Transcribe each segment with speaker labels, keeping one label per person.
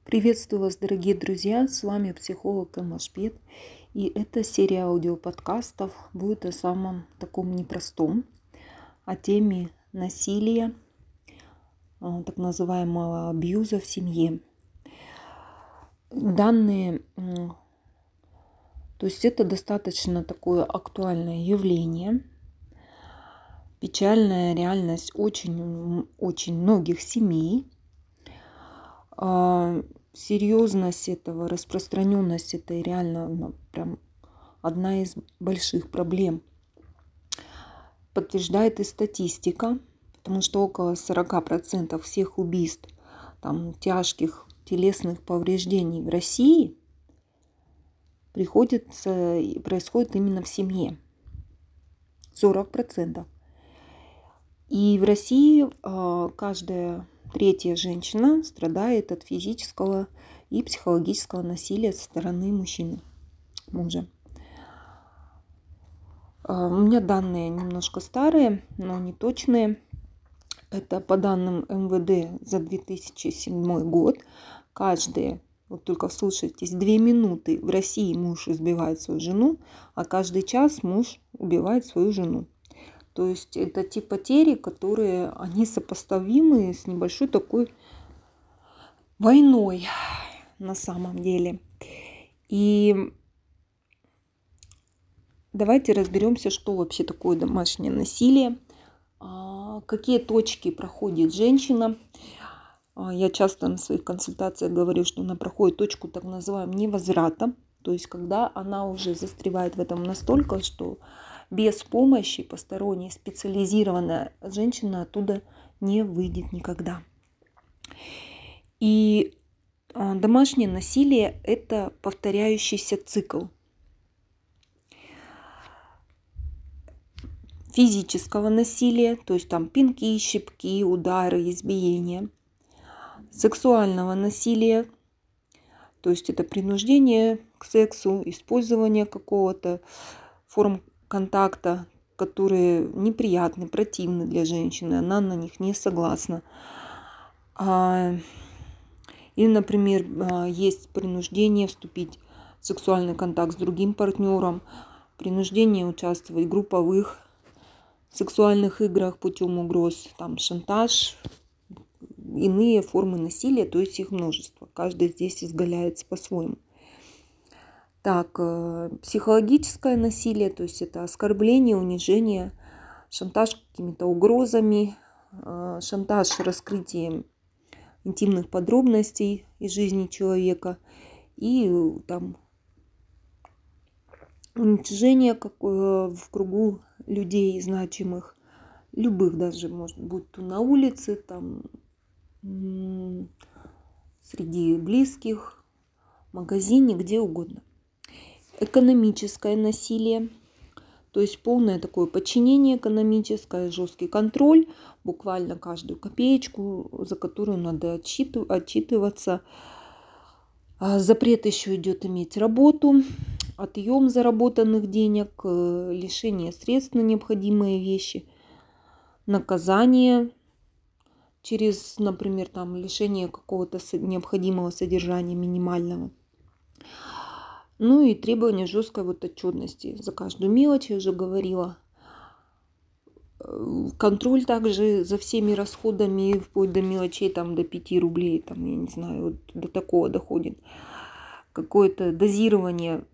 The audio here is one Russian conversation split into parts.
Speaker 1: Приветствую вас, дорогие друзья! С вами психолог Эмашпет. И эта серия аудиоподкастов будет о самом таком непростом, о теме насилия, так называемого абьюза в семье. Данные, то есть это достаточно такое актуальное явление, печальная реальность очень многих семей. Серьезность этого, распространенность этой реально прям одна из больших проблем. Подтверждает и статистика, потому что около 40% всех убийств, тяжких телесных повреждений в России происходит именно в семье. 40%. И в России каждая третья женщина страдает от физического и психологического насилия со стороны мужа. У меня данные немножко старые, но не точные. Это по данным МВД за 2007 год. Вот только вслушайтесь, 2 минуты в России муж избивает свою жену, а каждый час муж убивает свою жену. То есть это те потери, они сопоставимы с небольшой такой войной на самом деле. И давайте разберемся, что вообще такое домашнее насилие, какие точки проходит женщина. Я часто на своих консультациях говорю, что она проходит точку так называемого невозврата, то есть когда она уже застревает в этом настолько, что без помощи посторонней специализированная женщина оттуда не выйдет никогда. И домашнее насилие – это повторяющийся цикл физического насилия, то есть пинки, щипки, удары, избиения, сексуального насилия, то есть это принуждение к сексу, использование какого-то форм контакта, которые неприятны, противны для женщины, она на них не согласна. Или, например, есть принуждение вступить в сексуальный контакт с другим партнером, принуждение участвовать в групповых сексуальных играх путем угроз, шантаж, иные формы насилия, то есть их множество. Каждый здесь изгаляется по-своему. Психологическое насилие, то есть это оскорбление, унижение, шантаж какими-то угрозами, шантаж раскрытием интимных подробностей из жизни человека и уничижение в кругу людей значимых, любых даже, может быть, на улице, среди близких, в магазине, где угодно. Экономическое насилие, то есть полное такое подчинение экономическое, жесткий контроль, буквально каждую копеечку, за которую надо отчитываться. Запрет еще идет иметь работу, отъем заработанных денег, лишение средств на необходимые вещи, наказание через, например, лишение какого-то необходимого содержания минимального. И требование жесткой отчетности за каждую мелочь, я уже говорила. Контроль также за всеми расходами, вплоть до мелочей, до 5 рублей, я не знаю, до такого доходит. Какое-то дозирование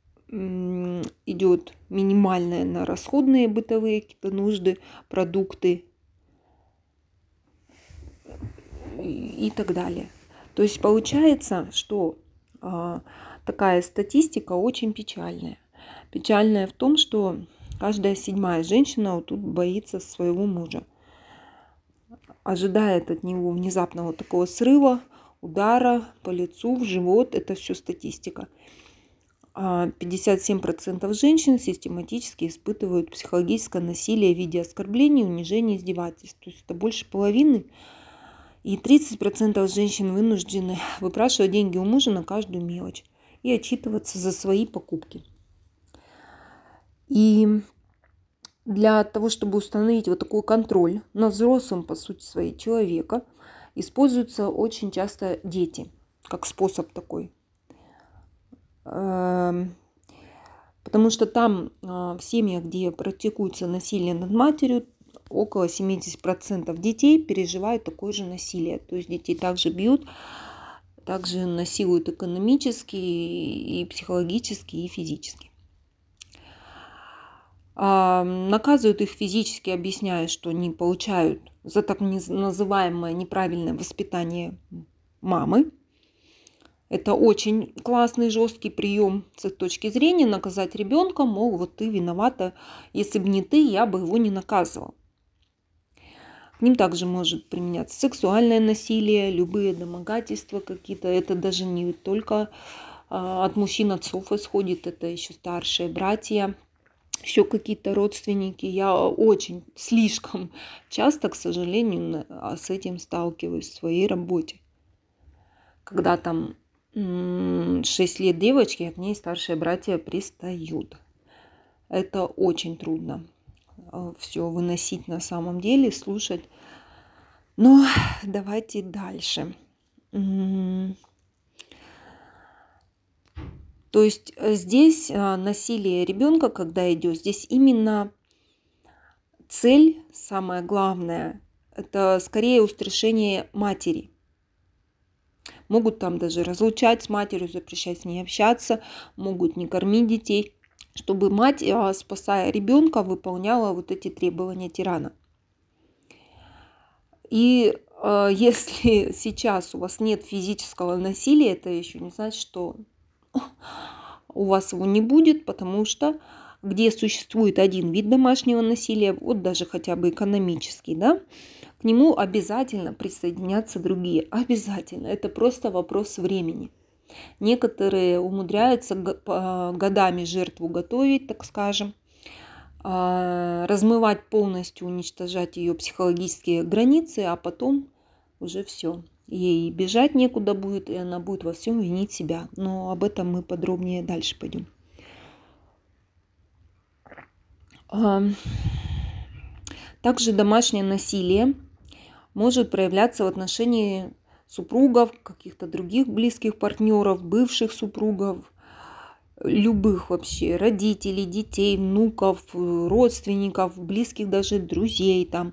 Speaker 1: идет минимальное на расходные бытовые какие-то нужды, продукты и так далее. То есть получается, что такая статистика очень печальная. Печальная в том, что каждая 7-я женщина тут боится своего мужа. Ожидает от него внезапного такого срыва, удара по лицу, в живот. Это все статистика. 57% женщин систематически испытывают психологическое насилие в виде оскорблений, унижений, издевательств. То есть это больше половины. И 30% женщин вынуждены выпрашивать деньги у мужа на каждую мелочь и отчитываться за свои покупки. И для того, чтобы установить такой контроль над взрослым, по сути своей, человека, используются очень часто дети. как способ такой. Потому что там в семьях, где практикуется насилие над матерью, около 70% детей переживают такое же насилие. То есть детей также бьют, также насилуют экономически, и психологически, и физически. Наказывают их физически, объясняя, что они получают за так называемое неправильное воспитание мамы. Это очень классный, жесткий прием с их точки зрения наказать ребенка, мол, вот ты виновата, если бы не ты, я бы его не наказывал. К ним также может применяться сексуальное насилие, любые домогательства какие-то. Это даже не только от мужчин, отцов исходит, это еще старшие братья, еще какие-то родственники. Я очень слишком часто, к сожалению, с этим сталкиваюсь в своей работе. Когда там 6 лет девочки, а к ней старшие братья пристают. Это очень трудно все выносить на самом деле, слушать. Но давайте дальше. То есть здесь насилие ребенка, когда идет, здесь именно цель, самое главное, это скорее устрашение матери. Могут там даже разлучать с матерью, запрещать с ней общаться, могут не кормить детей, чтобы мать, спасая ребенка, выполняла вот эти требования тирана. И если сейчас у вас нет физического насилия, это еще не значит, что у вас его не будет, потому что где существует один вид домашнего насилия, вот даже хотя бы экономический, да, к нему обязательно присоединятся другие. Обязательно. Это просто вопрос времени. Некоторые умудряются годами жертву готовить, так скажем, размывать полностью, уничтожать ее психологические границы, а потом уже все. Ей бежать некуда будет, и она будет во всем винить себя. Но об этом мы подробнее дальше пойдем. Также домашнее насилие может проявляться в отношении супругов, каких-то других близких партнеров, бывших супругов, любых вообще, родителей, детей, внуков, родственников, близких даже друзей, там,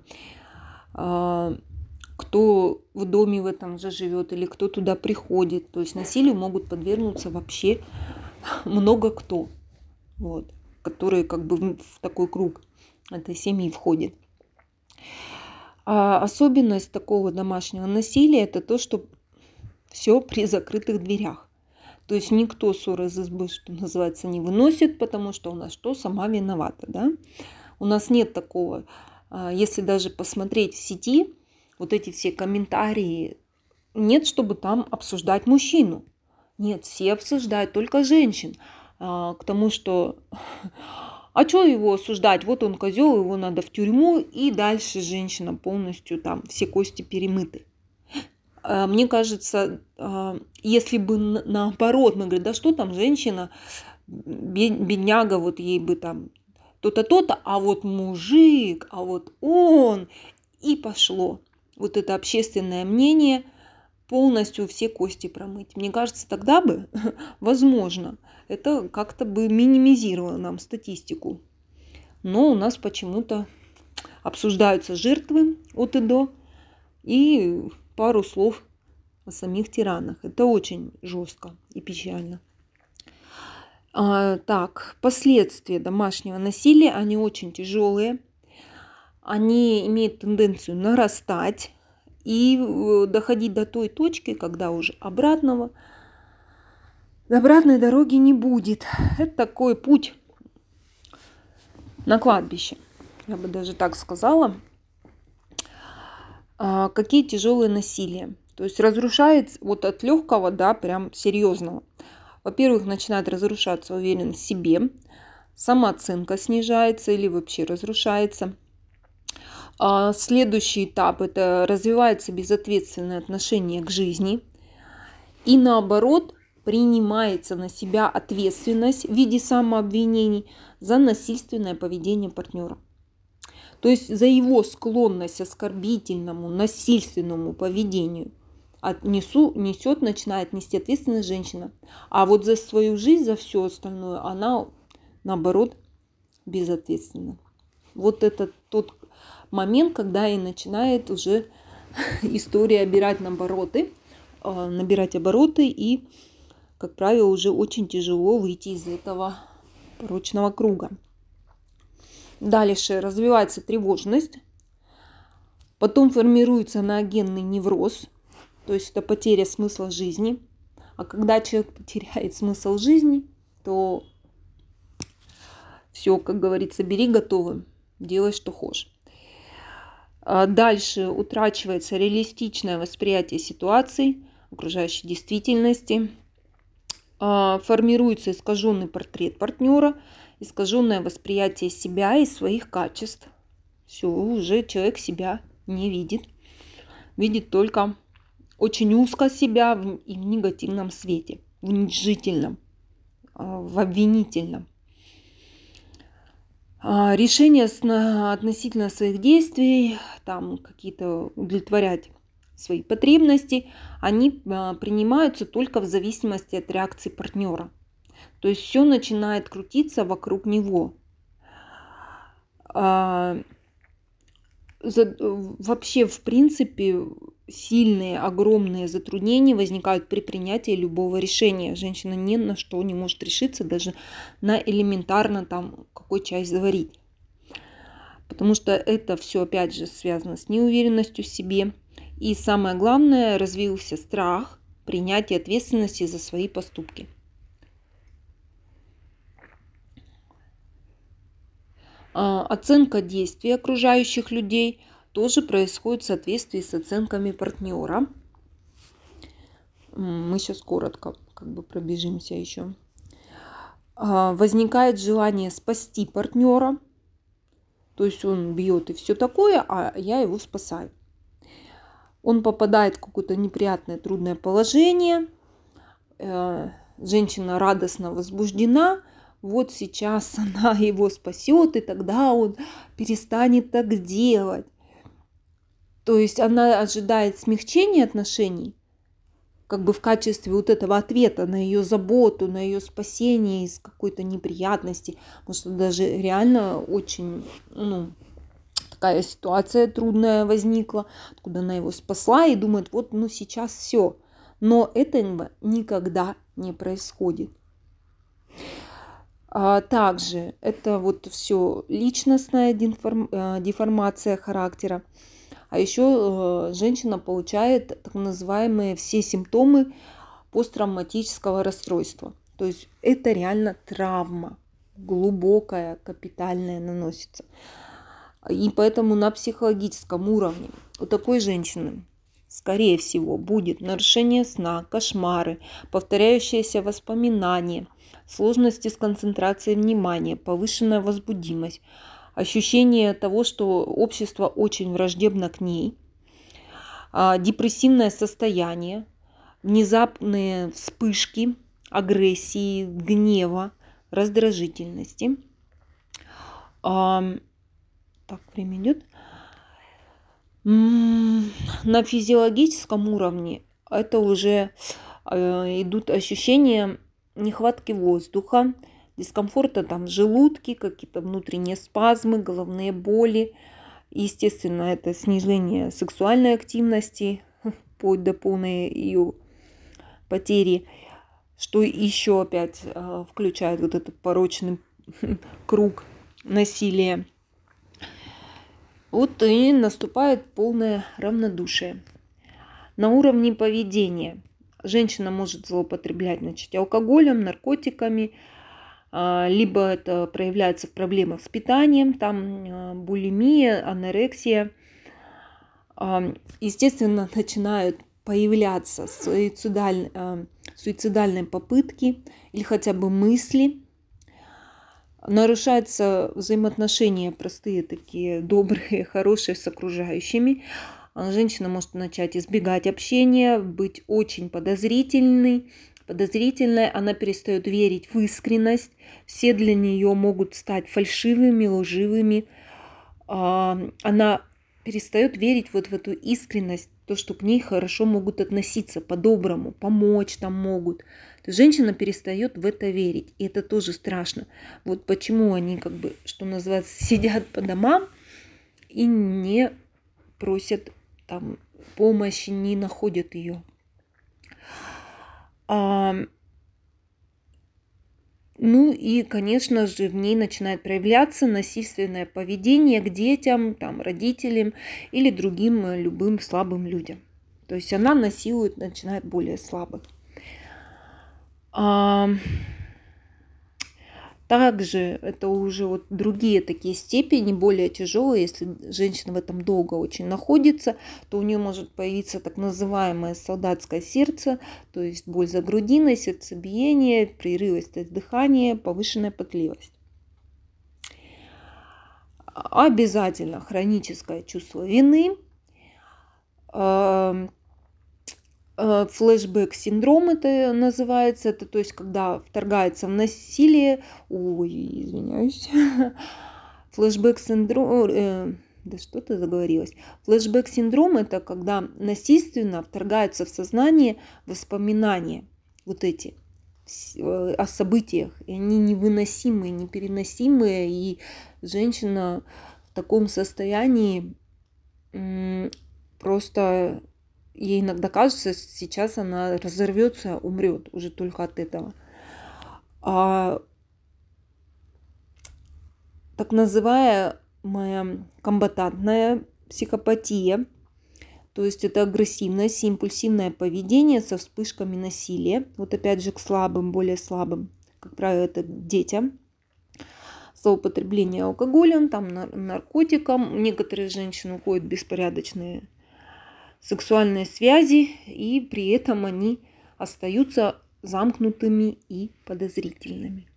Speaker 1: кто в доме в этом же живет или кто туда приходит. То есть насилию могут подвергнуться вообще много кто, вот, которые как бы в такой круг этой семьи входит. А особенность такого домашнего насилия — это то, что все при закрытых дверях. То есть никто ссор из избы, что называется, не выносит, потому что у нас что, сама виновата, да? У нас нет такого. Если даже посмотреть в сети, вот эти все комментарии, нет, чтобы там обсуждать мужчину. Нет, все обсуждают только женщин. К тому, что а что его осуждать? Вот он козел, его надо в тюрьму, и дальше женщина полностью там, все кости перемыты. Мне кажется, если бы наоборот, мы говорим, да что там женщина, бедняга, вот ей бы там то-то, то-то, а вот мужик, а вот он, и пошло. Вот это общественное мнение полностью все кости промыть. Мне кажется, тогда бы, возможно, это как-то бы минимизировало нам статистику. Но у нас почему-то обсуждаются жертвы от и до и пару слов о самих тиранах. Это очень жестко и печально. Так, последствия домашнего насилия, они очень тяжелые. Они имеют тенденцию нарастать и доходить до той точки, когда уже обратной дороги не будет. Это такой путь на кладбище, я бы даже так сказала. Какие тяжелые насилия? То есть разрушает вот от легкого до прям серьезного. Во-первых, начинает разрушаться уверенность в себе, самооценка снижается или вообще разрушается. Следующий этап — это развивается безответственное отношение к жизни. И наоборот, принимается на себя ответственность в виде самообвинений за насильственное поведение партнера. То есть за его склонность к оскорбительному, насильственному поведению начинает нести ответственность женщина. А вот за свою жизнь, за все остальное, она, наоборот, безответственна. Вот это тот момент, когда и начинает уже история набирать обороты, и, как правило, уже очень тяжело выйти из этого порочного круга. Дальше развивается тревожность, потом формируется аноогенный невроз, то есть это потеря смысла жизни. А когда человек потеряет смысл жизни, то все, как говорится, бери готовым, делай, что хочешь. Дальше утрачивается реалистичное восприятие ситуаций, окружающей действительности. Формируется искаженный портрет партнера, искаженное восприятие себя и своих качеств. Все, уже человек себя не видит. Видит только очень узко себя и в негативном свете, в уничижительном, в обвинительном. Решения относительно своих действий, там какие-то удовлетворять свои потребности, они принимаются только в зависимости от реакции партнера. То есть все начинает крутиться вокруг него. Вообще, в принципе, сильные, огромные затруднения возникают при принятии любого решения. Женщина ни на что не может решиться, даже на элементарно там какой чай заварить. Потому что это все, опять же, связано с неуверенностью в себе. И самое главное, развился страх принятия ответственности за свои поступки. Оценка действий окружающих людей тоже происходит в соответствии с оценками партнера. Мы сейчас коротко пробежимся еще. Возникает желание спасти партнера. То есть он бьет и все такое, а я его спасаю. Он попадает в какое-то неприятное, трудное положение. Женщина радостно возбуждена. Вот сейчас она его спасет, и тогда он перестанет так делать. То есть она ожидает смягчения отношений, в качестве вот этого ответа на ее заботу, на ее спасение из какой-то неприятности. Потому что даже реально очень, такая ситуация трудная возникла, откуда она его спасла и думает, сейчас все. Но это никогда не происходит. Также это все личностная деформация характера. А еще женщина получает так называемые все симптомы посттравматического расстройства. То есть это реально травма, глубокая, капитальная наносится. И поэтому на психологическом уровне у такой женщины, скорее всего, будет нарушение сна, кошмары, повторяющиеся воспоминания, сложности с концентрацией внимания, повышенная возбудимость, ощущение того, что общество очень враждебно к ней, депрессивное состояние, внезапные вспышки агрессии, гнева, раздражительности. Время идет. На физиологическом уровне это уже идут ощущения нехватки воздуха, дискомфорта в желудке, какие-то внутренние спазмы, головные боли. Естественно, это снижение сексуальной активности, вплоть до полной ее потери, что еще опять включает этот порочный круг насилия. И наступает полное равнодушие. На уровне поведения женщина может злоупотреблять алкоголем, наркотиками, либо это проявляется в проблемах с питанием, булимия, анорексия. Естественно, начинают появляться суицидальные попытки или хотя бы мысли. Нарушаются взаимоотношения простые, такие добрые, хорошие с окружающими. Женщина может начать избегать общения, быть очень подозрительной, она перестает верить в искренность. Все для нее могут стать фальшивыми, лживыми. Она перестает верить вот в эту искренность, то, что к ней хорошо могут относиться, по-доброму, помочь там могут. То есть женщина перестает в это верить, и это тоже страшно. Вот почему они, как бы, что называется, сидят по домам и не просят там помощи, не находят ее. Ну и, конечно же, в ней начинает проявляться насильственное поведение к детям, там, родителям или другим любым слабым людям. То есть она насилует, начинает более слабых. Также это уже вот другие такие степени, более тяжелые. Если женщина в этом долго очень находится, то у нее может появиться так называемое солдатское сердце, то есть боль за грудиной, сердцебиение, прерывистость дыхания, повышенная потливость. Обязательно хроническое чувство вины, флешбэк-синдром это называется, это то есть когда вторгается в насилие, извиняюсь, флешбэк-синдром, да что-то заговорилось. Флешбэк-синдром это когда насильственно вторгаются в сознание воспоминания вот эти о событиях, и они невыносимые, непереносимые, и женщина в таком состоянии просто... Ей иногда кажется, сейчас она разорвется, умрет уже только от этого. Так называемая комбатантная психопатия, то есть это агрессивность, импульсивное поведение со вспышками насилия. Вот опять же к слабым, более слабым, как правило, это к детям. Злоупотребление алкоголем, там, наркотиком. Некоторые женщины уходят в беспорядочные сексуальные связи, и при этом они остаются замкнутыми и подозрительными.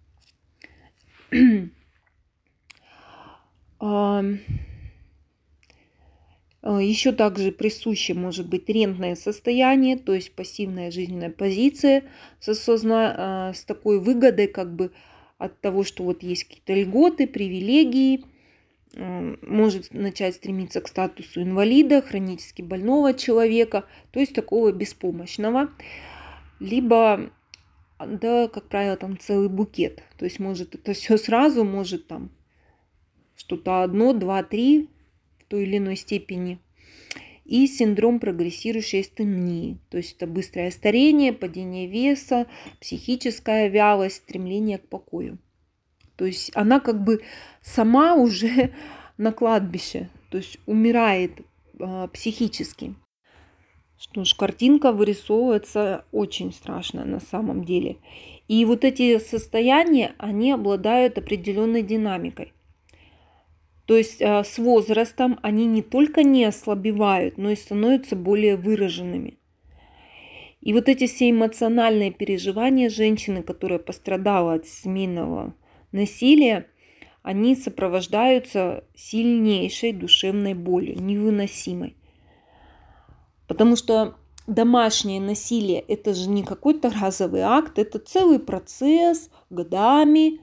Speaker 1: Еще также присуще может быть рентное состояние, то есть пассивная жизненная позиция с такой выгодой как бы от того, что вот есть какие-то льготы, привилегии, может начать стремиться к статусу инвалида, хронически больного человека, то есть такого беспомощного, либо, да, как правило, там целый букет, то есть может это все сразу, может там что-то 1, 2, 3 в той или иной степени. И синдром прогрессирующей астении, то есть это быстрое старение, падение веса, психическая вялость, стремление к покою. То есть она как бы сама уже на кладбище, то есть умирает психически. Что ж, картинка вырисовывается очень страшно на самом деле. И вот эти состояния, они обладают определенной динамикой. То есть с возрастом они не только не ослабевают, но и становятся более выраженными. И вот эти все эмоциональные переживания женщины, которая пострадала от семейного насилия, они сопровождаются сильнейшей душевной болью, невыносимой. Потому что домашнее насилие – это же не какой-то разовый акт, это целый процесс годами.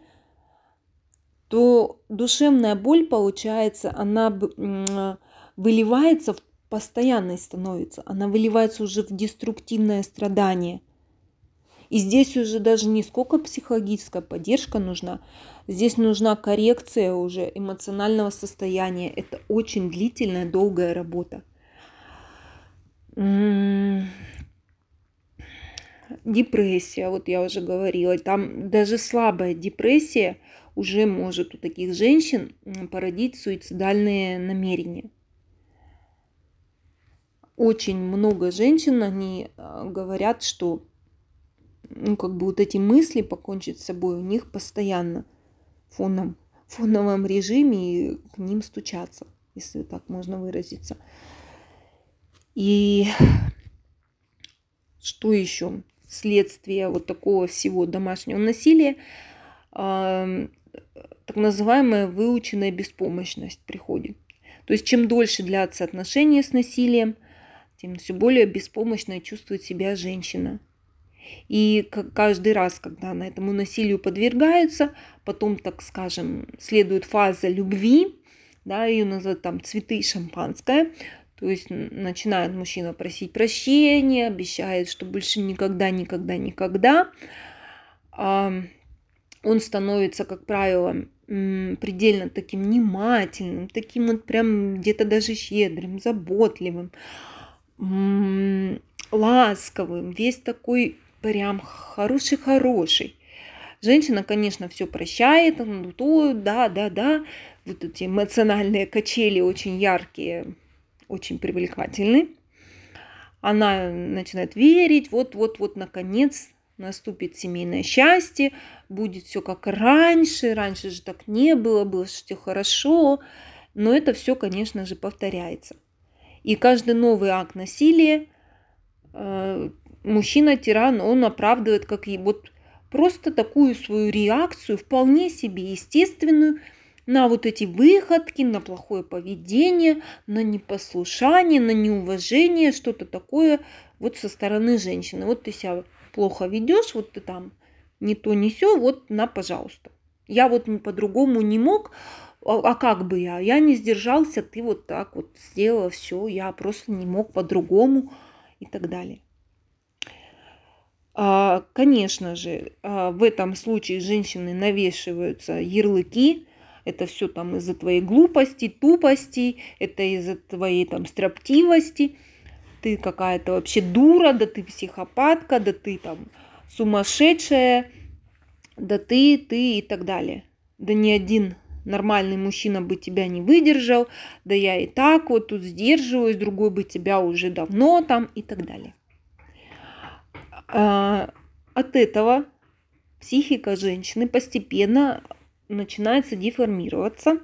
Speaker 1: То душевная боль, получается, она выливается в постоянной становится, она выливается уже в деструктивное страдание. И здесь уже даже не сколько психологическая поддержка нужна, здесь нужна коррекция уже эмоционального состояния. Это очень длительная, долгая работа. Депрессия, вот я уже говорила, там даже слабая депрессия уже может у таких женщин породить суицидальные намерения. Очень много женщин, они говорят, что как бы вот эти мысли покончить с собой у них постоянно в фоновом режиме, и к ним стучатся, если так можно выразиться. И что еще? Следствие вот такого всего домашнего насилия, так называемая выученная беспомощность приходит. То есть чем дольше длятся отношения с насилием, тем все более беспомощной чувствует себя женщина. И каждый раз, когда она этому насилию подвергается, потом, так скажем, следует фаза любви, да, ее называют там цветы и шампанское. То есть начинает мужчина просить прощения, обещает, что больше никогда, никогда, никогда. Он становится, как правило, предельно таким внимательным, таким вот прям где-то даже щедрым, заботливым, ласковым, весь такой прям хороший-хороший. Женщина, конечно, все прощает, да, вот эти эмоциональные качели очень яркие, очень привлекательны. Она начинает верить, вот, наконец, наступит семейное счастье, будет все как раньше же так не было, было все хорошо, но это все, конечно же, повторяется. И каждый новый акт насилия мужчина-тиран, он оправдывает как вот просто такую свою реакцию, вполне себе естественную, на вот эти выходки, на плохое поведение, на непослушание, на неуважение, что-то такое вот со стороны женщины. Вот ты себя плохо ведешь, вот ты там не то, не сё, вот на, пожалуйста. Я вот по-другому не мог, а как бы я? Я не сдержался, ты вот так вот сделала все, я просто не мог по-другому и так далее. Конечно же, в этом случае женщины навешиваются ярлыки. Это все там из-за твоей глупости, тупости, это из-за твоей там строптивости. Ты какая-то вообще дура, да ты психопатка, да ты там сумасшедшая, да ты и так далее. Да ни один нормальный мужчина бы тебя не выдержал, да я и так вот тут сдерживаюсь, другой бы тебя уже давно там и так далее. От этого психика женщины постепенно начинает деформироваться.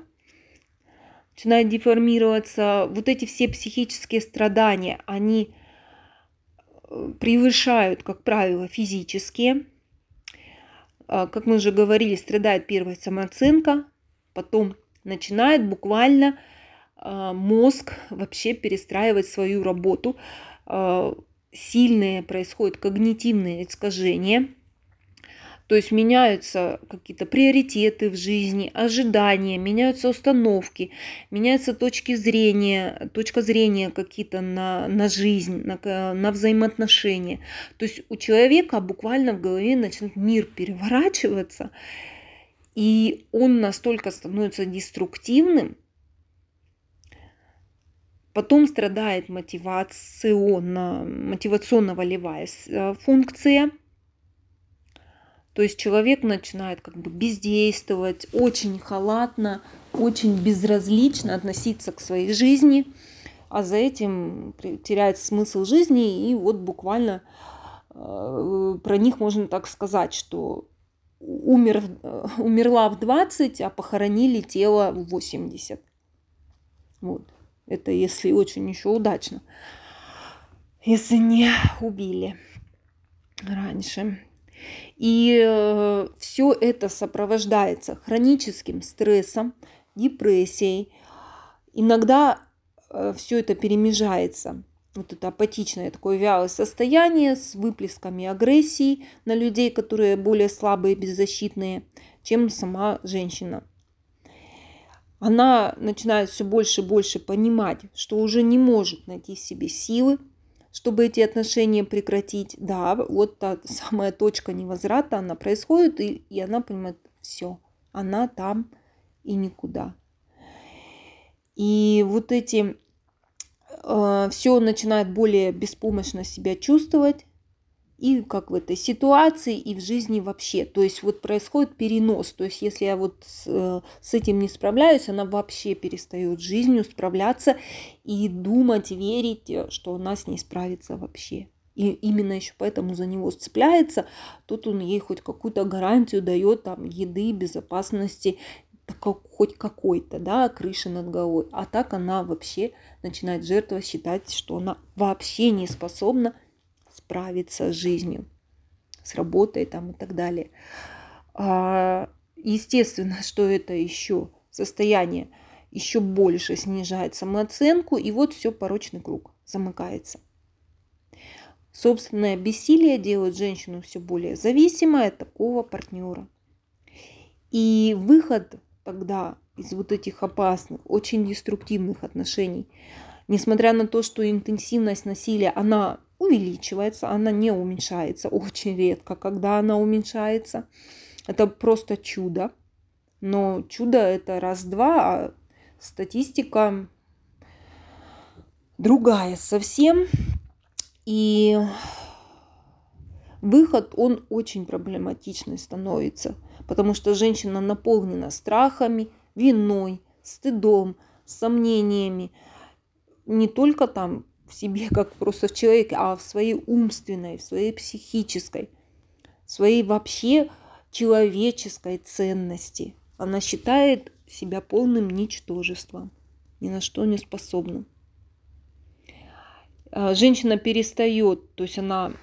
Speaker 1: Вот эти все психические страдания, они превышают, как правило, физические. Как мы уже говорили, страдает первая самооценка, потом начинает буквально мозг вообще перестраивать свою работу. Сильные происходят когнитивные искажения. То есть меняются какие-то приоритеты в жизни, ожидания, меняются установки, меняются точка зрения какие-то на жизнь, на взаимоотношения. То есть у человека буквально в голове начинает мир переворачиваться, и он настолько становится деструктивным. Потом страдает мотивационно-волевая функция. То есть человек начинает как бы бездействовать, очень халатно, очень безразлично относиться к своей жизни, а за этим теряет смысл жизни. И вот буквально про них можно так сказать, что умерла в 20, а похоронили тело в 80. Вот. Это если очень еще удачно. Если не убили раньше. И все это сопровождается хроническим стрессом, депрессией. Иногда все это перемежается. Вот это апатичное такое вялое состояние с выплесками агрессии на людей, которые более слабые, беззащитные, чем сама женщина. Она начинает все больше и больше понимать, что уже не может найти в себе силы, чтобы эти отношения прекратить. Да, вот та самая точка невозврата, она происходит, и она понимает, все, она там и никуда. И вот эти все начинает более беспомощно себя чувствовать, и как в этой ситуации, и в жизни вообще. То есть вот происходит перенос. То есть если я вот с этим не справляюсь, она вообще перестает с жизнью справляться и думать, верить, что она с ней справится вообще. И именно еще поэтому за него цепляется. Тут он ей хоть какую-то гарантию дает там еды, безопасности, хоть какой-то, да, крыши над головой. А так она вообще начинает жертвовать, считать, что она вообще не способна справиться с жизнью, с работой там и так далее. Естественно, что это еще состояние еще больше снижает самооценку, и вот все, порочный круг замыкается. Собственное бессилие делает женщину все более зависимой от такого партнера. И выход тогда из вот этих опасных, очень деструктивных отношений. Несмотря на то, что интенсивность насилия, она увеличивается, она не уменьшается, очень редко, когда она уменьшается. Это просто чудо. Но чудо это раз-два, а статистика другая совсем. И выход, он очень проблематичный становится, потому что женщина наполнена страхами, виной, стыдом, сомнениями. Не только там в себе, как просто в человеке, а в своей умственной, в своей психической, в своей вообще человеческой ценности. Она считает себя полным ничтожеством, ни на что не способна. Женщина перестает, то есть она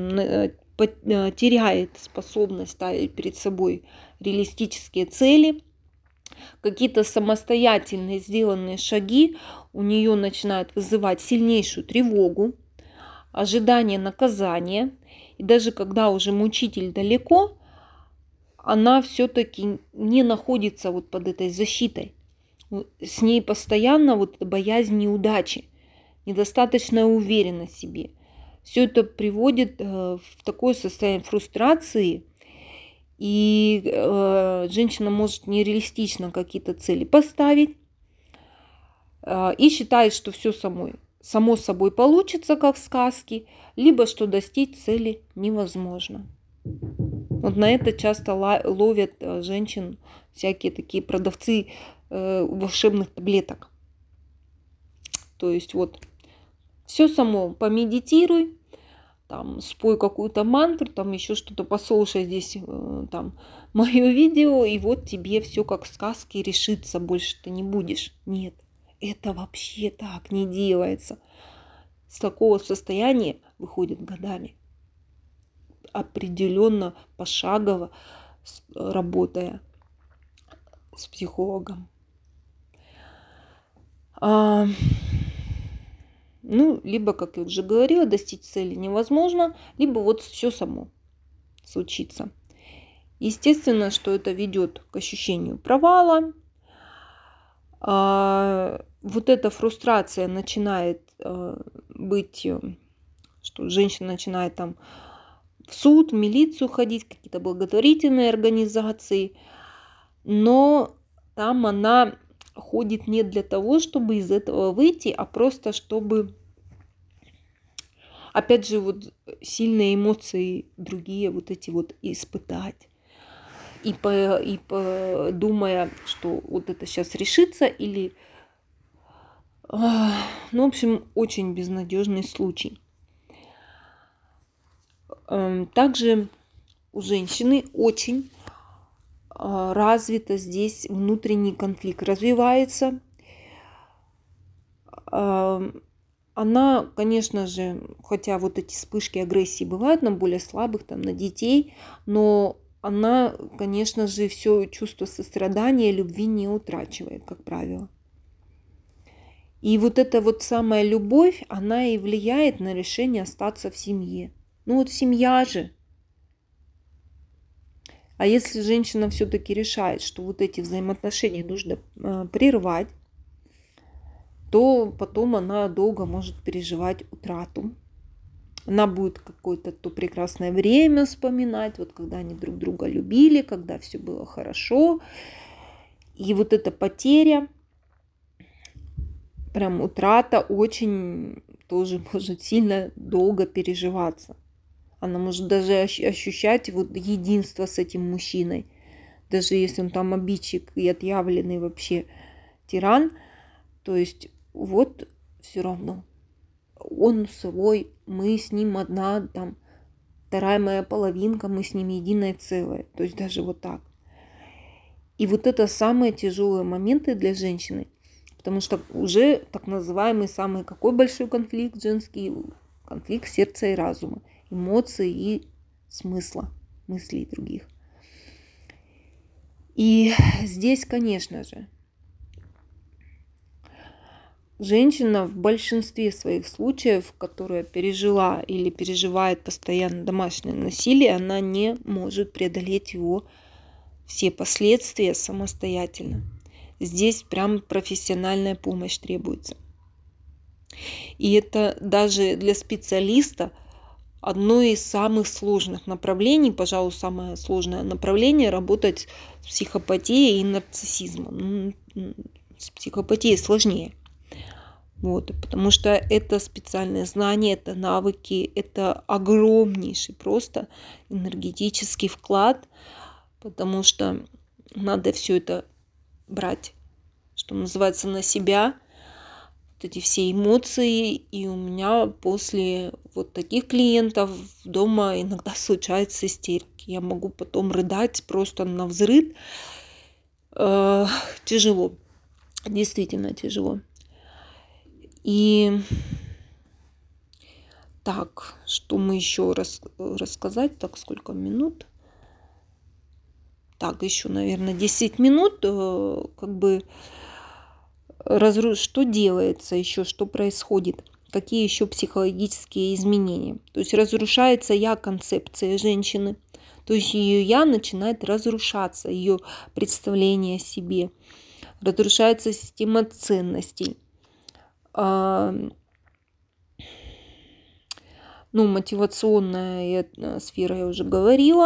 Speaker 1: теряет способность ставить перед собой реалистические цели, какие-то самостоятельные сделанные шаги у нее начинают вызывать сильнейшую тревогу, ожидание наказания. И даже когда уже мучитель далеко, она все-таки не находится вот под этой защитой. С ней постоянно вот боязнь неудачи, недостаточная уверенность в себе. Все это приводит в такое состояние фрустрации, и женщина может нереалистично какие-то цели поставить и считает, что все само собой получится, как в сказке, либо что достичь цели невозможно. Вот на это часто ловят женщин всякие такие продавцы волшебных таблеток. То есть вот все само, помедитируй, там, спой какую-то мантру, там еще что-то, послушай здесь там мое видео, и вот тебе все как в сказке решится, больше ты не будешь. Нет, это вообще так не делается. С такого состояния выходит годами. Определенно, пошагово работая с психологом. Либо, как я уже говорила, достичь цели невозможно, либо вот все само случится. Естественно, что это ведет к ощущению провала. Вот эта фрустрация начинает быть, что женщина начинает там в суд, в милицию ходить, какие-то благотворительные организации, но там она ходит не для того, чтобы из этого выйти, а просто чтобы, опять же, вот сильные эмоции другие вот эти вот испытать. И думая, что вот это сейчас решится, или, в общем, очень безнадежный случай. Также у женщины очень развито здесь внутренний конфликт, развивается. Она, конечно же, хотя вот эти вспышки агрессии бывают на более слабых, там, на детей, но она, конечно же, все чувство сострадания, любви не утрачивает, как правило. И вот эта вот самая любовь, она и влияет на решение остаться в семье. Вот семья же. А если женщина все-таки решает, что вот эти взаимоотношения нужно прервать, то потом она долго может переживать утрату. Она будет какое-то то прекрасное время вспоминать, вот когда они друг друга любили, когда все было хорошо. И вот эта потеря, прям утрата очень тоже может сильно долго переживаться. Она может даже ощущать вот единство с этим мужчиной. Даже если он там обидчик и отъявленный вообще тиран. То есть вот все равно. Он свой, мы с ним одна, там, вторая моя половинка, мы с ним единое целое. То есть даже вот так. И вот это самые тяжелые моменты для женщины. Потому что уже так называемый самый какой большой конфликт женский? Конфликт сердца и разума. Эмоций и смысла, мыслей других. И здесь, конечно же, женщина в большинстве своих случаев, которая пережила или переживает постоянно домашнее насилие, она не может преодолеть его все последствия самостоятельно. здесь прям профессиональная помощь требуется. И это даже для специалиста одно из самых сложных направлений, пожалуй, самое сложное направление — работать с психопатией и нарциссизмом. С психопатией сложнее. Вот, потому что это специальные знания, это навыки, это огромнейший просто энергетический вклад, потому что надо все это брать, что называется, на себя, вот эти все эмоции. И у меня после вот таких клиентов дома иногда случаются истерики. Я могу потом рыдать просто навзрыд. Тяжело, действительно тяжело. И так, что мы еще рассказать? Так, сколько минут? Так, еще, наверное, 10 минут. Как бы что делается еще, что происходит? Какие еще психологические изменения? То есть разрушается концепция женщины. То есть ее начинает разрушаться, ее представление о себе. Разрушается система ценностей. Мотивационная сфера я уже говорила.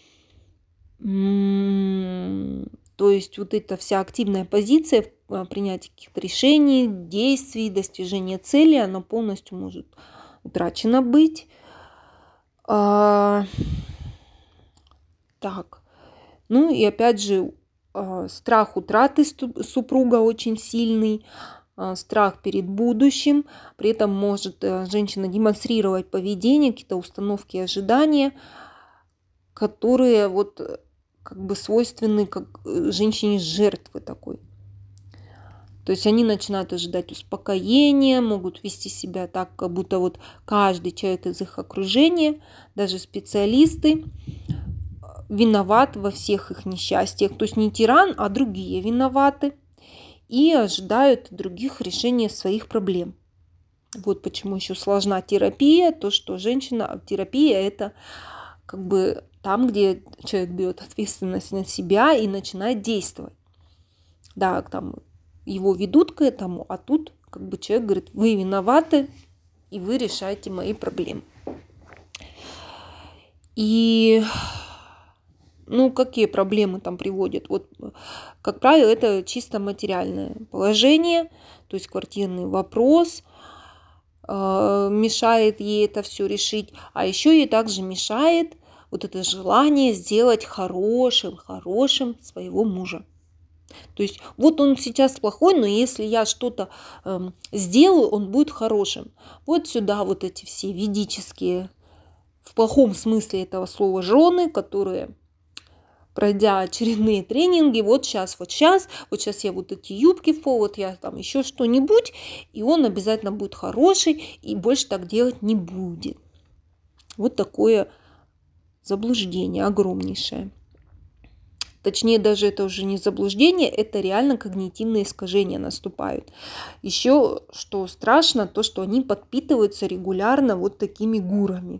Speaker 1: То есть вот эта вся активная позиция в принятии каких-то решений, действий, достижения цели, она полностью может утрачена быть. Так. И опять же, страх утраты супруга очень сильный. Страх перед будущим, при этом может женщина демонстрировать поведение, какие-то установки и ожидания, которые вот как бы свойственны как женщине жертвы такой. То есть они начинают ожидать успокоения, могут вести себя так, как будто вот каждый человек из их окружения, даже специалисты, виноват во всех их несчастьях. То есть не тиран, а другие виноваты. И ожидают других решения своих проблем. Вот почему еще сложна терапия. То, что терапия — это как бы там, где человек берет ответственность на себя и начинает действовать. Да, там его ведут к этому, а тут как бы человек говорит: вы виноваты, и вы решаете мои проблемы. И какие проблемы там приводят? Вот, как правило, это чисто материальное положение, то есть квартирный вопрос мешает ей это все решить, а еще ей также мешает вот это желание сделать хорошим своего мужа. То есть вот он сейчас плохой, но если я что-то сделаю, он будет хорошим. Вот сюда вот эти все ведические, в плохом смысле этого слова, жены, которые, пройдя очередные тренинги, вот сейчас я вот эти юбки в пол, вот я там еще что-нибудь, и он обязательно будет хороший, и больше так делать не будет. Вот такое заблуждение огромнейшее. Точнее, даже это уже не заблуждение, это реально когнитивные искажения наступают. Еще что страшно, то, что они подпитываются регулярно вот такими гурами.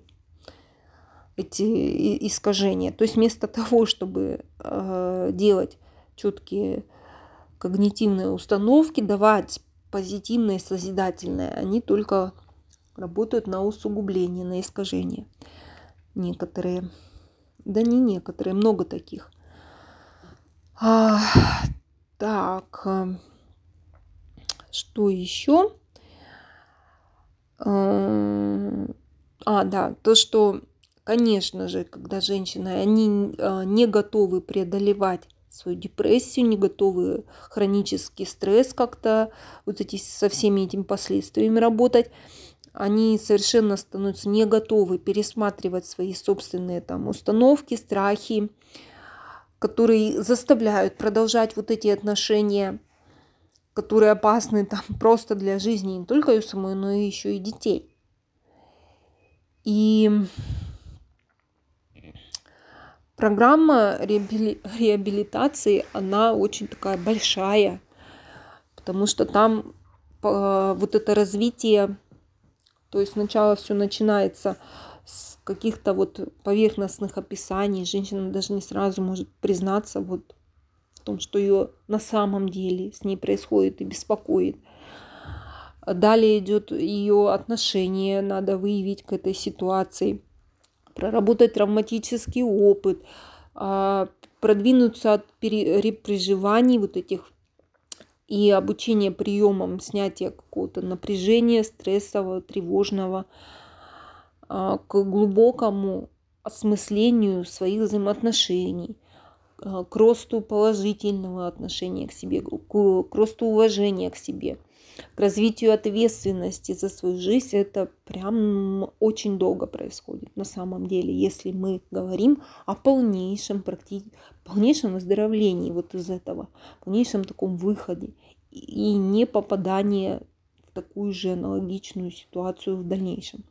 Speaker 1: Эти искажения. То есть вместо того, чтобы делать четкие когнитивные установки, давать позитивное и созидательное, они только работают на усугубление, на искажение. Некоторые. Да не некоторые, много таких. Так. Что еще? Да, то, что, конечно же, когда женщины, они не готовы преодолевать свою депрессию, не готовы хронический стресс как-то со всеми этими последствиями работать, они совершенно становятся не готовы пересматривать свои собственные там установки, страхи, которые заставляют продолжать вот эти отношения, которые опасны там просто для жизни не только ее самой, но и еще и детей. И программа реабилитации, она очень такая большая, потому что там вот это развитие, то есть сначала все начинается с каких-то вот поверхностных описаний, женщина даже не сразу может признаться вот в том, что ее на самом деле с ней происходит и беспокоит. Далее идет ее отношение, надо выявить к этой ситуации, проработать травматический опыт, продвинуться от переживаний вот этих и обучение приемам снятия какого-то напряжения, стрессового, тревожного, к глубокому осмыслению своих взаимоотношений, к росту положительного отношения к себе, к росту уважения к себе, к развитию ответственности за свою жизнь. Это прям очень долго происходит на самом деле, если мы говорим о полнейшем выздоровлении вот из этого, полнейшем таком выходе и не попадании в такую же аналогичную ситуацию в дальнейшем.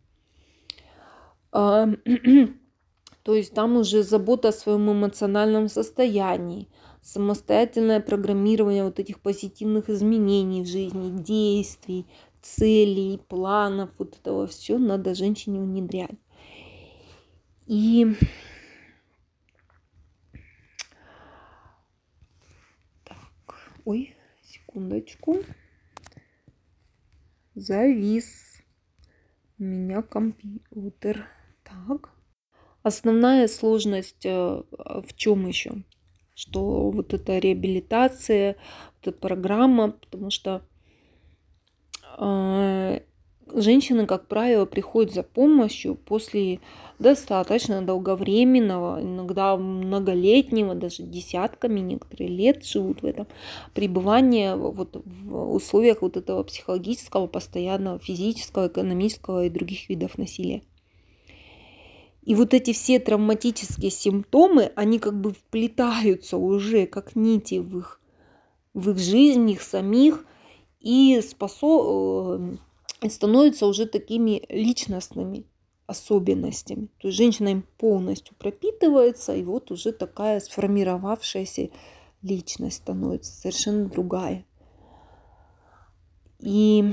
Speaker 1: То есть там уже забота о своем эмоциональном состоянии, самостоятельное программирование вот этих позитивных изменений в жизни, действий, целей, планов, вот этого все надо женщине внедрять. И секундочку, завис у меня компьютер. Так. Основная сложность в чем еще? Что вот эта реабилитация, вот эта программа, потому что женщины, как правило, приходят за помощью после достаточно долговременного, иногда многолетнего, даже десятками, некоторые лет живут в этом, пребывания вот в условиях вот этого психологического, постоянного физического, экономического и других видов насилия. И вот эти все травматические симптомы, они как бы вплетаются уже как нити в их жизнь, их самих, и становятся уже такими личностными особенностями. То есть женщина им полностью пропитывается, и вот уже такая сформировавшаяся личность становится совершенно другая. И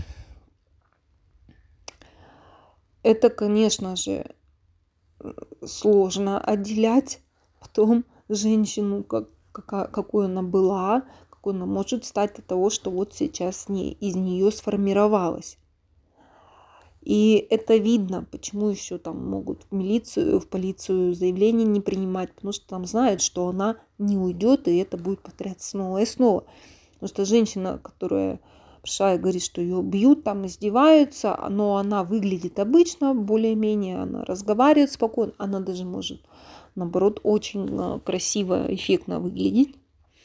Speaker 1: это, конечно же, сложно отделять потом женщину, какой она была, какой она может стать от того, что вот сейчас из нее сформировалось. И это видно, почему еще там могут в полицию заявление не принимать, потому что там знают, что она не уйдет, и это будет повторяться снова и снова. Потому что женщина, которая пришла и говорит, что ее бьют, там издеваются, но она выглядит обычно, более-менее, она разговаривает спокойно, она даже может, наоборот, очень красиво, эффектно выглядеть.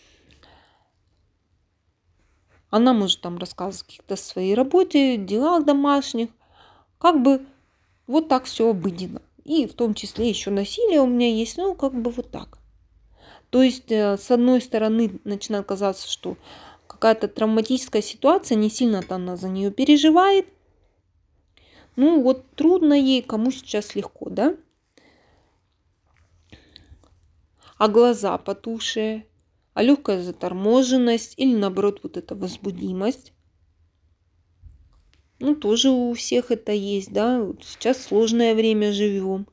Speaker 1: Она может там рассказывать о каких-то своей работе, делах домашних, как бы вот так все обыденно. И в том числе еще насилие у меня есть, как бы вот так. То есть, с одной стороны, начинает казаться, что какая-то травматическая ситуация, не сильно-то она за нее переживает. Вот трудно ей, кому сейчас легко, да? А глаза потухшие, а легкая заторможенность или наоборот вот эта возбудимость. Тоже у всех это есть, да? Сейчас сложное время живем.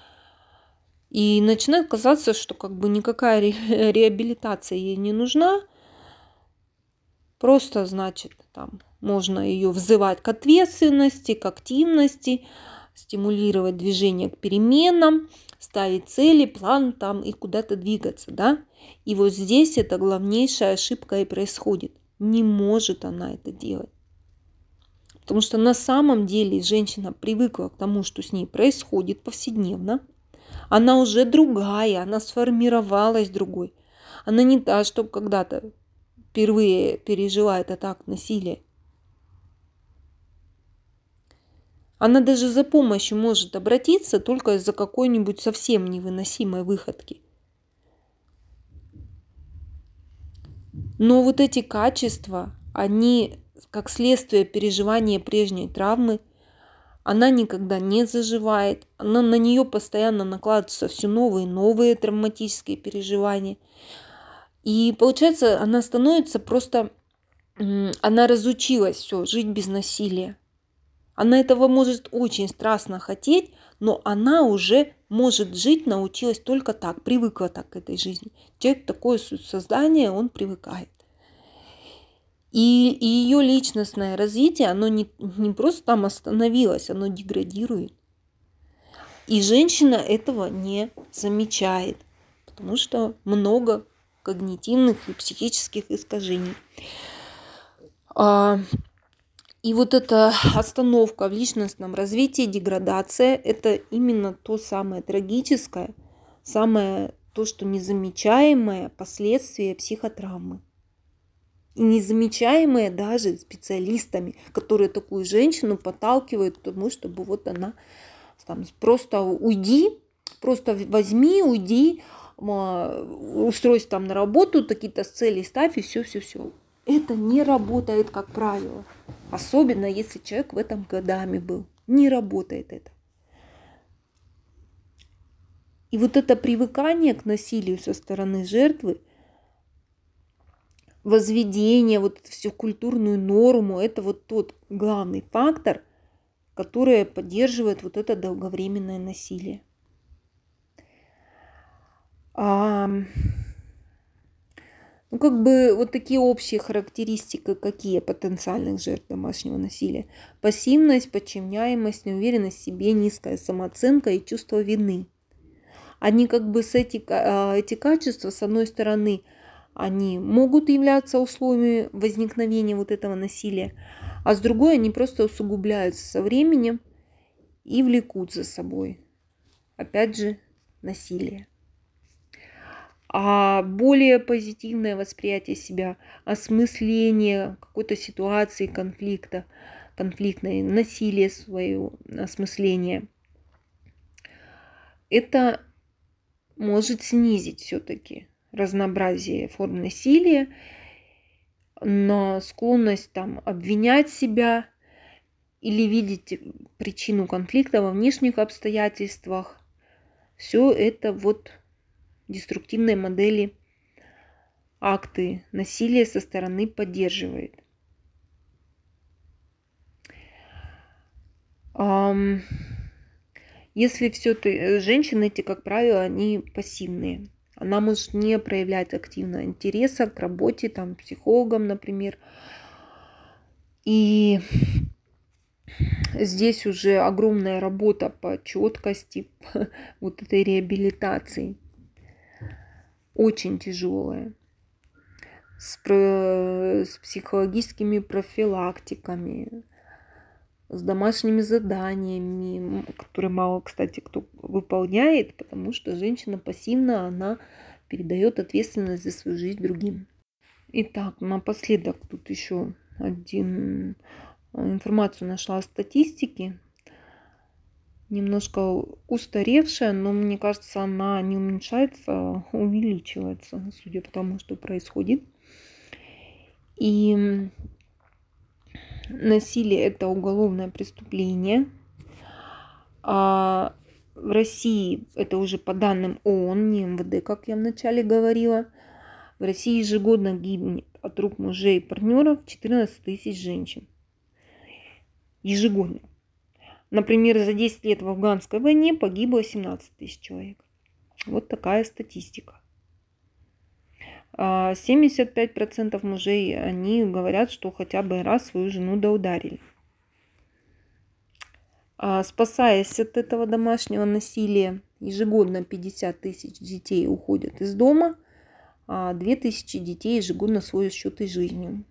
Speaker 1: И начинает казаться, что как бы никакая реабилитация ей не нужна. Просто, значит, там можно ее взывать к ответственности, к активности, стимулировать движение к переменам, ставить цели, план там и куда-то двигаться, да? И вот здесь это главнейшая ошибка и происходит. Не может она это делать. Потому что на самом деле женщина привыкла к тому, что с ней происходит повседневно. Она уже другая, она сформировалась другой. Она не та, что когда-то впервые пережила этот акт насилия. Она даже за помощью может обратиться только из-за какой-нибудь совсем невыносимой выходки. Но вот эти качества, они как следствие переживания прежней травмы, она никогда не заживает, на нее постоянно накладываются все новые и новые травматические переживания. И получается, она становится просто, она разучилась все, жить без насилия. Она этого может очень страстно хотеть, но она уже может жить, научилась только так, привыкла так к этой жизни. Человек такое создание, он привыкает. И ее личностное развитие, оно не просто там остановилось, оно деградирует. И женщина этого не замечает, потому что много когнитивных и психических искажений. И вот эта остановка в личностном развитии, деградация, это именно то самое трагическое, самое то, что незамечаемое последствие психотравмы. И незамечаемое даже специалистами, которые такую женщину подталкивают к тому, чтобы вот она там, просто уйди, просто возьми, уйди, устройся там на работу, какие-то цели ставь и все. Это не работает, как правило. Особенно, если человек в этом годами был. Не работает это. И вот это привыкание к насилию со стороны жертвы, возведение, вот эту всю культурную норму, это вот тот главный фактор, который поддерживает вот это долговременное насилие. Вот такие общие характеристики, какие потенциальных жертв домашнего насилия. Пассивность, подчиняемость, неуверенность в себе, низкая самооценка и чувство вины. Они эти качества, с одной стороны, они могут являться условиями возникновения вот этого насилия, а с другой они просто усугубляются со временем и влекут за собой, опять же, насилие. А более позитивное восприятие себя, осмысление какой-то ситуации конфликтной, насилие свое, осмысление, это может снизить все-таки разнообразие форм насилия, но склонность там обвинять себя или видеть причину конфликта во внешних обстоятельствах, все это вот деструктивные модели, акты насилия со стороны поддерживает. Если все-таки женщины эти, как правило, они пассивные. Она может не проявлять активно интереса к работе, там, психологом, например. И здесь уже огромная работа по четкости вот этой реабилитации. Очень тяжелая. С психологическими профилактиками, с домашними заданиями, которые мало, кстати, кто выполняет, потому что женщина пассивна, она передает ответственность за свою жизнь другим. Итак, напоследок тут еще информацию нашла о статистике, немножко устаревшая, но мне кажется, она не уменьшается, а увеличивается, судя по тому, что происходит. И насилие – это уголовное преступление. А в России, это уже по данным ООН, не МВД, как я вначале говорила, в России ежегодно гибнет от рук мужей и партнеров 14 тысяч женщин. Ежегодно. Например, за 10 лет в афганской войне погибло 17 тысяч человек. Вот такая статистика. 75% мужей, они говорят, что хотя бы раз свою жену ударили. Спасаясь от этого домашнего насилия, ежегодно 50 тысяч детей уходят из дома, а 2000 детей ежегодно сводят счеты с жизнью.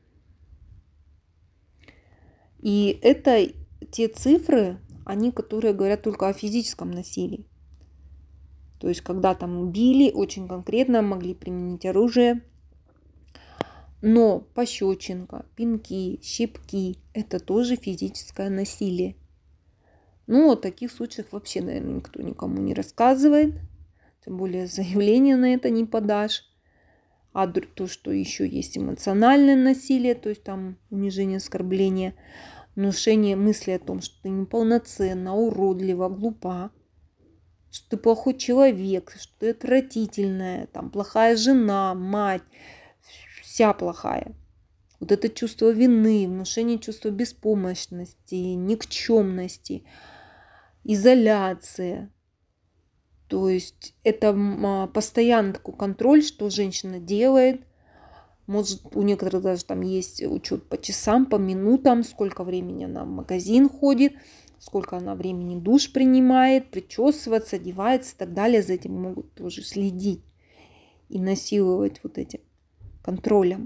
Speaker 1: И это те цифры, они, которые говорят только о физическом насилии. То есть, когда там били, очень конкретно могли применить оружие. Но пощечинка, пинки, щипки – это тоже физическое насилие. Ну, о таких случаях вообще, наверное, никто никому не рассказывает. Тем более заявление на это не подашь. А то, что еще есть эмоциональное насилие, то есть там унижение, оскорбление, внушение мысли о том, что ты неполноценна, уродлива, глупа, что ты плохой человек, что ты отвратительная, там плохая жена, мать, вся плохая. Вот это чувство вины, внушение чувства беспомощности, никчемности, изоляция. То есть это постоянно такой контроль, что женщина делает. Может, у некоторых даже там есть учет по часам, по минутам, сколько времени она в магазин ходит, сколько она времени душ принимает, причесываться, одевается и так далее. За этим могут тоже следить и насиловать вот этим контролем.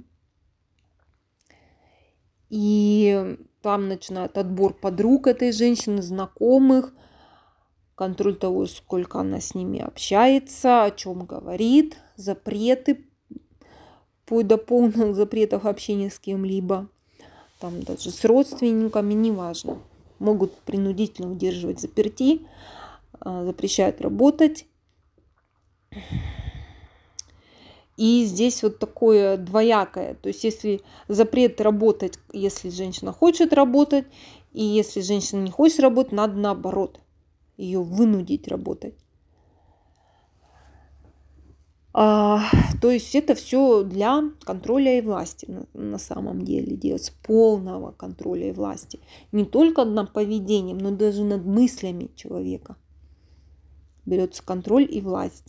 Speaker 1: И там начинает отбор подруг этой женщины, знакомых, контроль того, сколько она с ними общается, о чем говорит, запреты, вплоть до полных запретов общения с кем-либо, там даже с родственниками, неважно. Могут принудительно удерживать заперти, запрещают работать. И здесь вот такое двоякое. То есть если запрет работать, если женщина хочет работать, и если женщина не хочет работать, надо наоборот ее вынудить работать. То есть это все для контроля и власти на самом деле делается, полного контроля и власти. Не только над поведением, но даже над мыслями человека берется контроль и власть.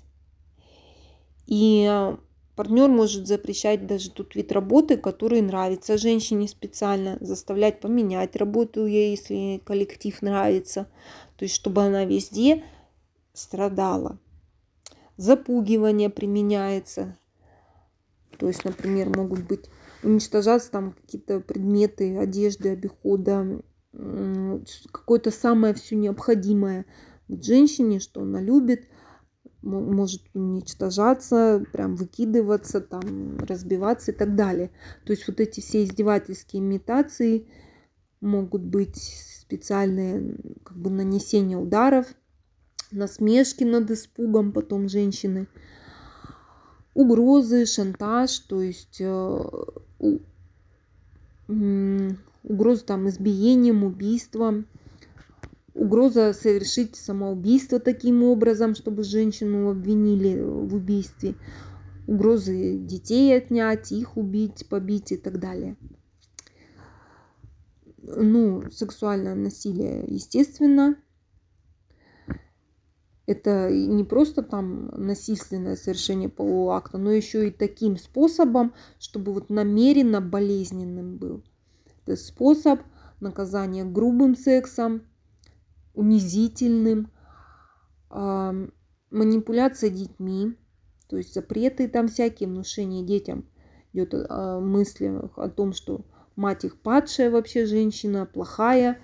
Speaker 1: И партнер может запрещать даже тот вид работы, который нравится женщине специально, заставлять поменять работу ей, если коллектив нравится. То есть чтобы она везде страдала. Запугивание применяется. То есть, например, могут быть уничтожаться там какие-то предметы, одежды, обихода, какое-то самое все необходимое женщине, что она любит, может уничтожаться, прям выкидываться, там, разбиваться и так далее. То есть вот эти все издевательские имитации, могут быть специальные как бы нанесение ударов, насмешки над испугом потом женщины, угрозы, шантаж, то есть угроза там избиением, убийством, угроза совершить самоубийство таким образом, чтобы женщину обвинили в убийстве, угрозы детей отнять, их убить, побить и так далее. Сексуальное насилие, естественно, это не просто там насильственное совершение полового акта, но еще и таким способом, чтобы вот намеренно болезненным был. Это способ наказания грубым сексом, унизительным, манипуляция детьми, то есть запреты там всякие, внушение детям идет мысли о том, что мать их падшая вообще женщина, плохая,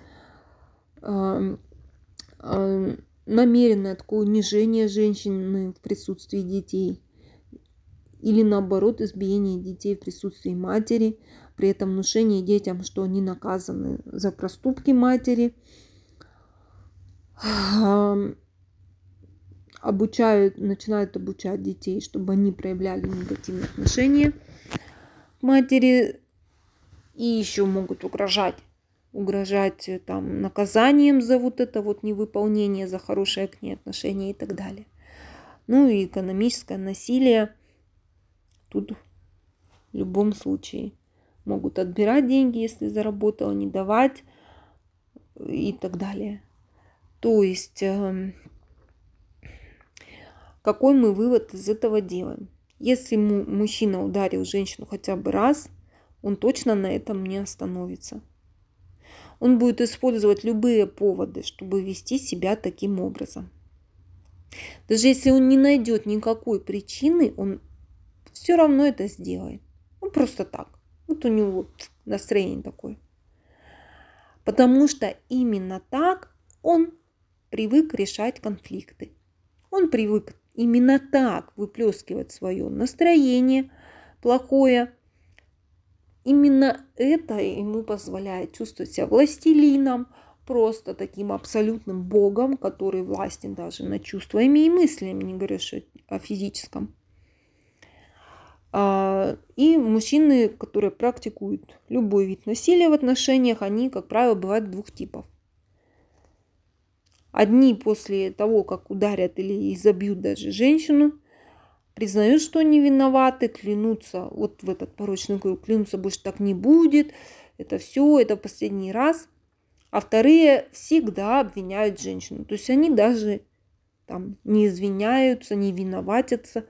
Speaker 1: намеренное такое унижение женщины в присутствии детей или наоборот избиение детей в присутствии матери, при этом внушение детям, что они наказаны за проступки матери, начинают обучать детей, чтобы они проявляли негативные отношения к матери, и еще могут угрожать там наказанием за вот это вот невыполнение, за хорошее к ней отношение и так далее. И экономическое насилие тут в любом случае. Могут отбирать деньги, если заработала, не давать и так далее. То есть какой мы вывод из этого делаем? Если мужчина ударил женщину хотя бы раз, он точно на этом не остановится. Он будет использовать любые поводы, чтобы вести себя таким образом. Даже если он не найдет никакой причины, он все равно это сделает. Просто так. Вот у него настроение такое. Потому что именно так он привык решать конфликты. Он привык именно так выплескивать свое настроение плохое. Именно это ему позволяет чувствовать себя властелином, просто таким абсолютным богом, который властен даже над чувствами и мыслями, не говоря о физическом. И мужчины, которые практикуют любой вид насилия в отношениях, они, как правило, бывают двух типов. Одни после того, как ударят или изобьют даже женщину, признают, что они виноваты, клянутся, вот в этот порочный круг, клянутся, больше так не будет, это все, это в последний раз. А вторые всегда обвиняют женщину. То есть они даже там не извиняются, не виноватятся.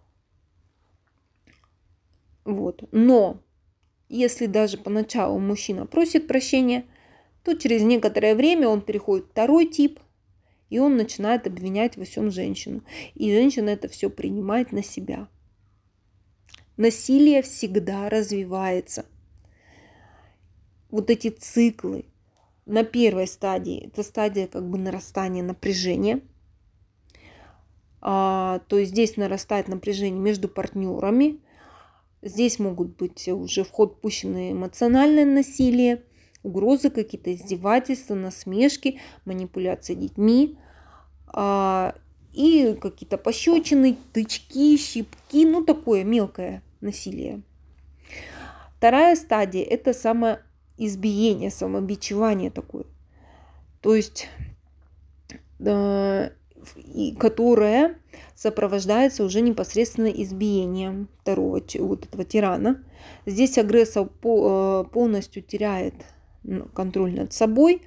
Speaker 1: Вот. Но если даже поначалу мужчина просит прощения, то через некоторое время он переходит в второй тип, и он начинает обвинять во всем женщину. И женщина это все принимает на себя. Насилие всегда развивается. Вот эти циклы на первой стадии, это стадия как бы нарастания напряжения. То есть здесь нарастает напряжение между партнерами. Здесь могут быть уже в ход пущены эмоциональное насилие, угрозы, какие-то издевательства, насмешки, манипуляции детьми. И какие-то пощечины, тычки, щипки, ну такое мелкое насилие. Вторая стадия – это самоизбиение, самобичевание такое. То есть, которое сопровождается уже непосредственно избиением второго вот этого тирана. Здесь агрессор полностью теряет контроль над собой.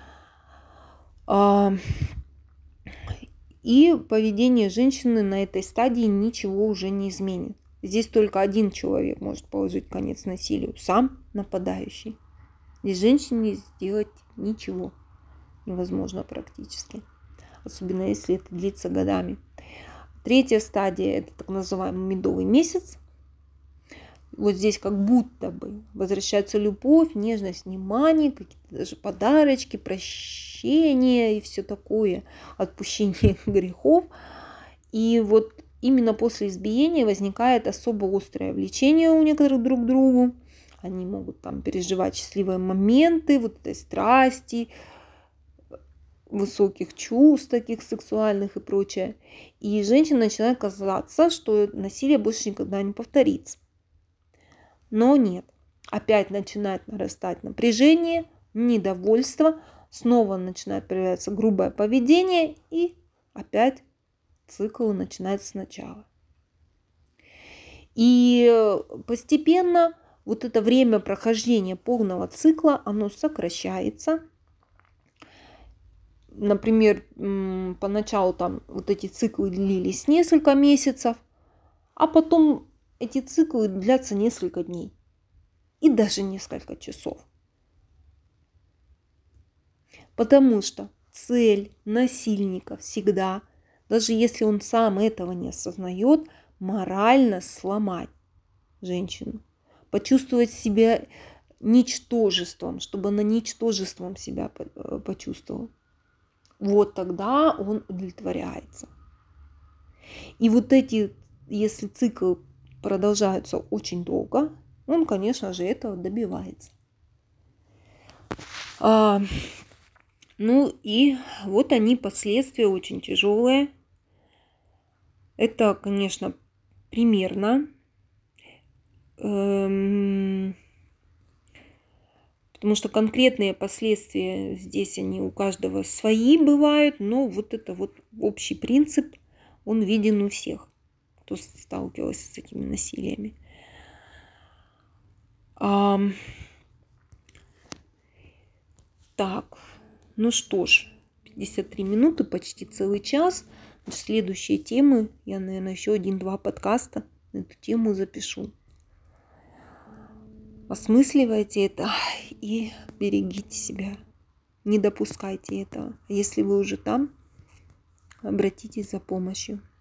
Speaker 1: И поведение женщины на этой стадии ничего уже не изменит. Здесь только один человек может положить конец насилию, сам нападающий. Здесь женщине сделать ничего невозможно практически. Особенно если это длится годами. Третья стадия – это так называемый медовый месяц. Вот здесь как будто бы возвращается любовь, нежность, внимание, какие-то даже подарочки, прощение и все такое, отпущение грехов. И вот именно после избиения возникает особо острое влечение у некоторых друг к другу. Они могут там переживать счастливые моменты, вот этой страсти, высоких чувств таких сексуальных и прочее. И женщина начинает казаться, что насилие больше никогда не повторится. Но нет. Опять начинает нарастать напряжение, недовольство, снова начинает проявляться грубое поведение, и опять цикл начинается сначала. И постепенно вот это время прохождения полного цикла, оно сокращается. Например, поначалу там вот эти циклы длились несколько месяцев, а потом эти циклы длятся несколько дней и даже несколько часов. Потому что цель насильника всегда, даже если он сам этого не осознает, морально сломать женщину, почувствовать себя ничтожеством, чтобы она ничтожеством себя почувствовала. Вот тогда он удовлетворяется. И вот эти, если цикл продолжается очень долго, он, конечно же, этого добивается. Ну и вот они, последствия очень тяжелые. Это, конечно, примерно. Потому что конкретные последствия здесь они у каждого свои бывают, но вот это вот общий принцип, он виден у всех, кто сталкивался с этими насилиями. Так, ну что ж, 53 минуты, почти целый час. Следующие темы, я, наверное, еще 1-2 подкаста на эту тему запишу. Осмысливайте это и берегите себя. Не допускайте этого. Если вы уже там, обратитесь за помощью.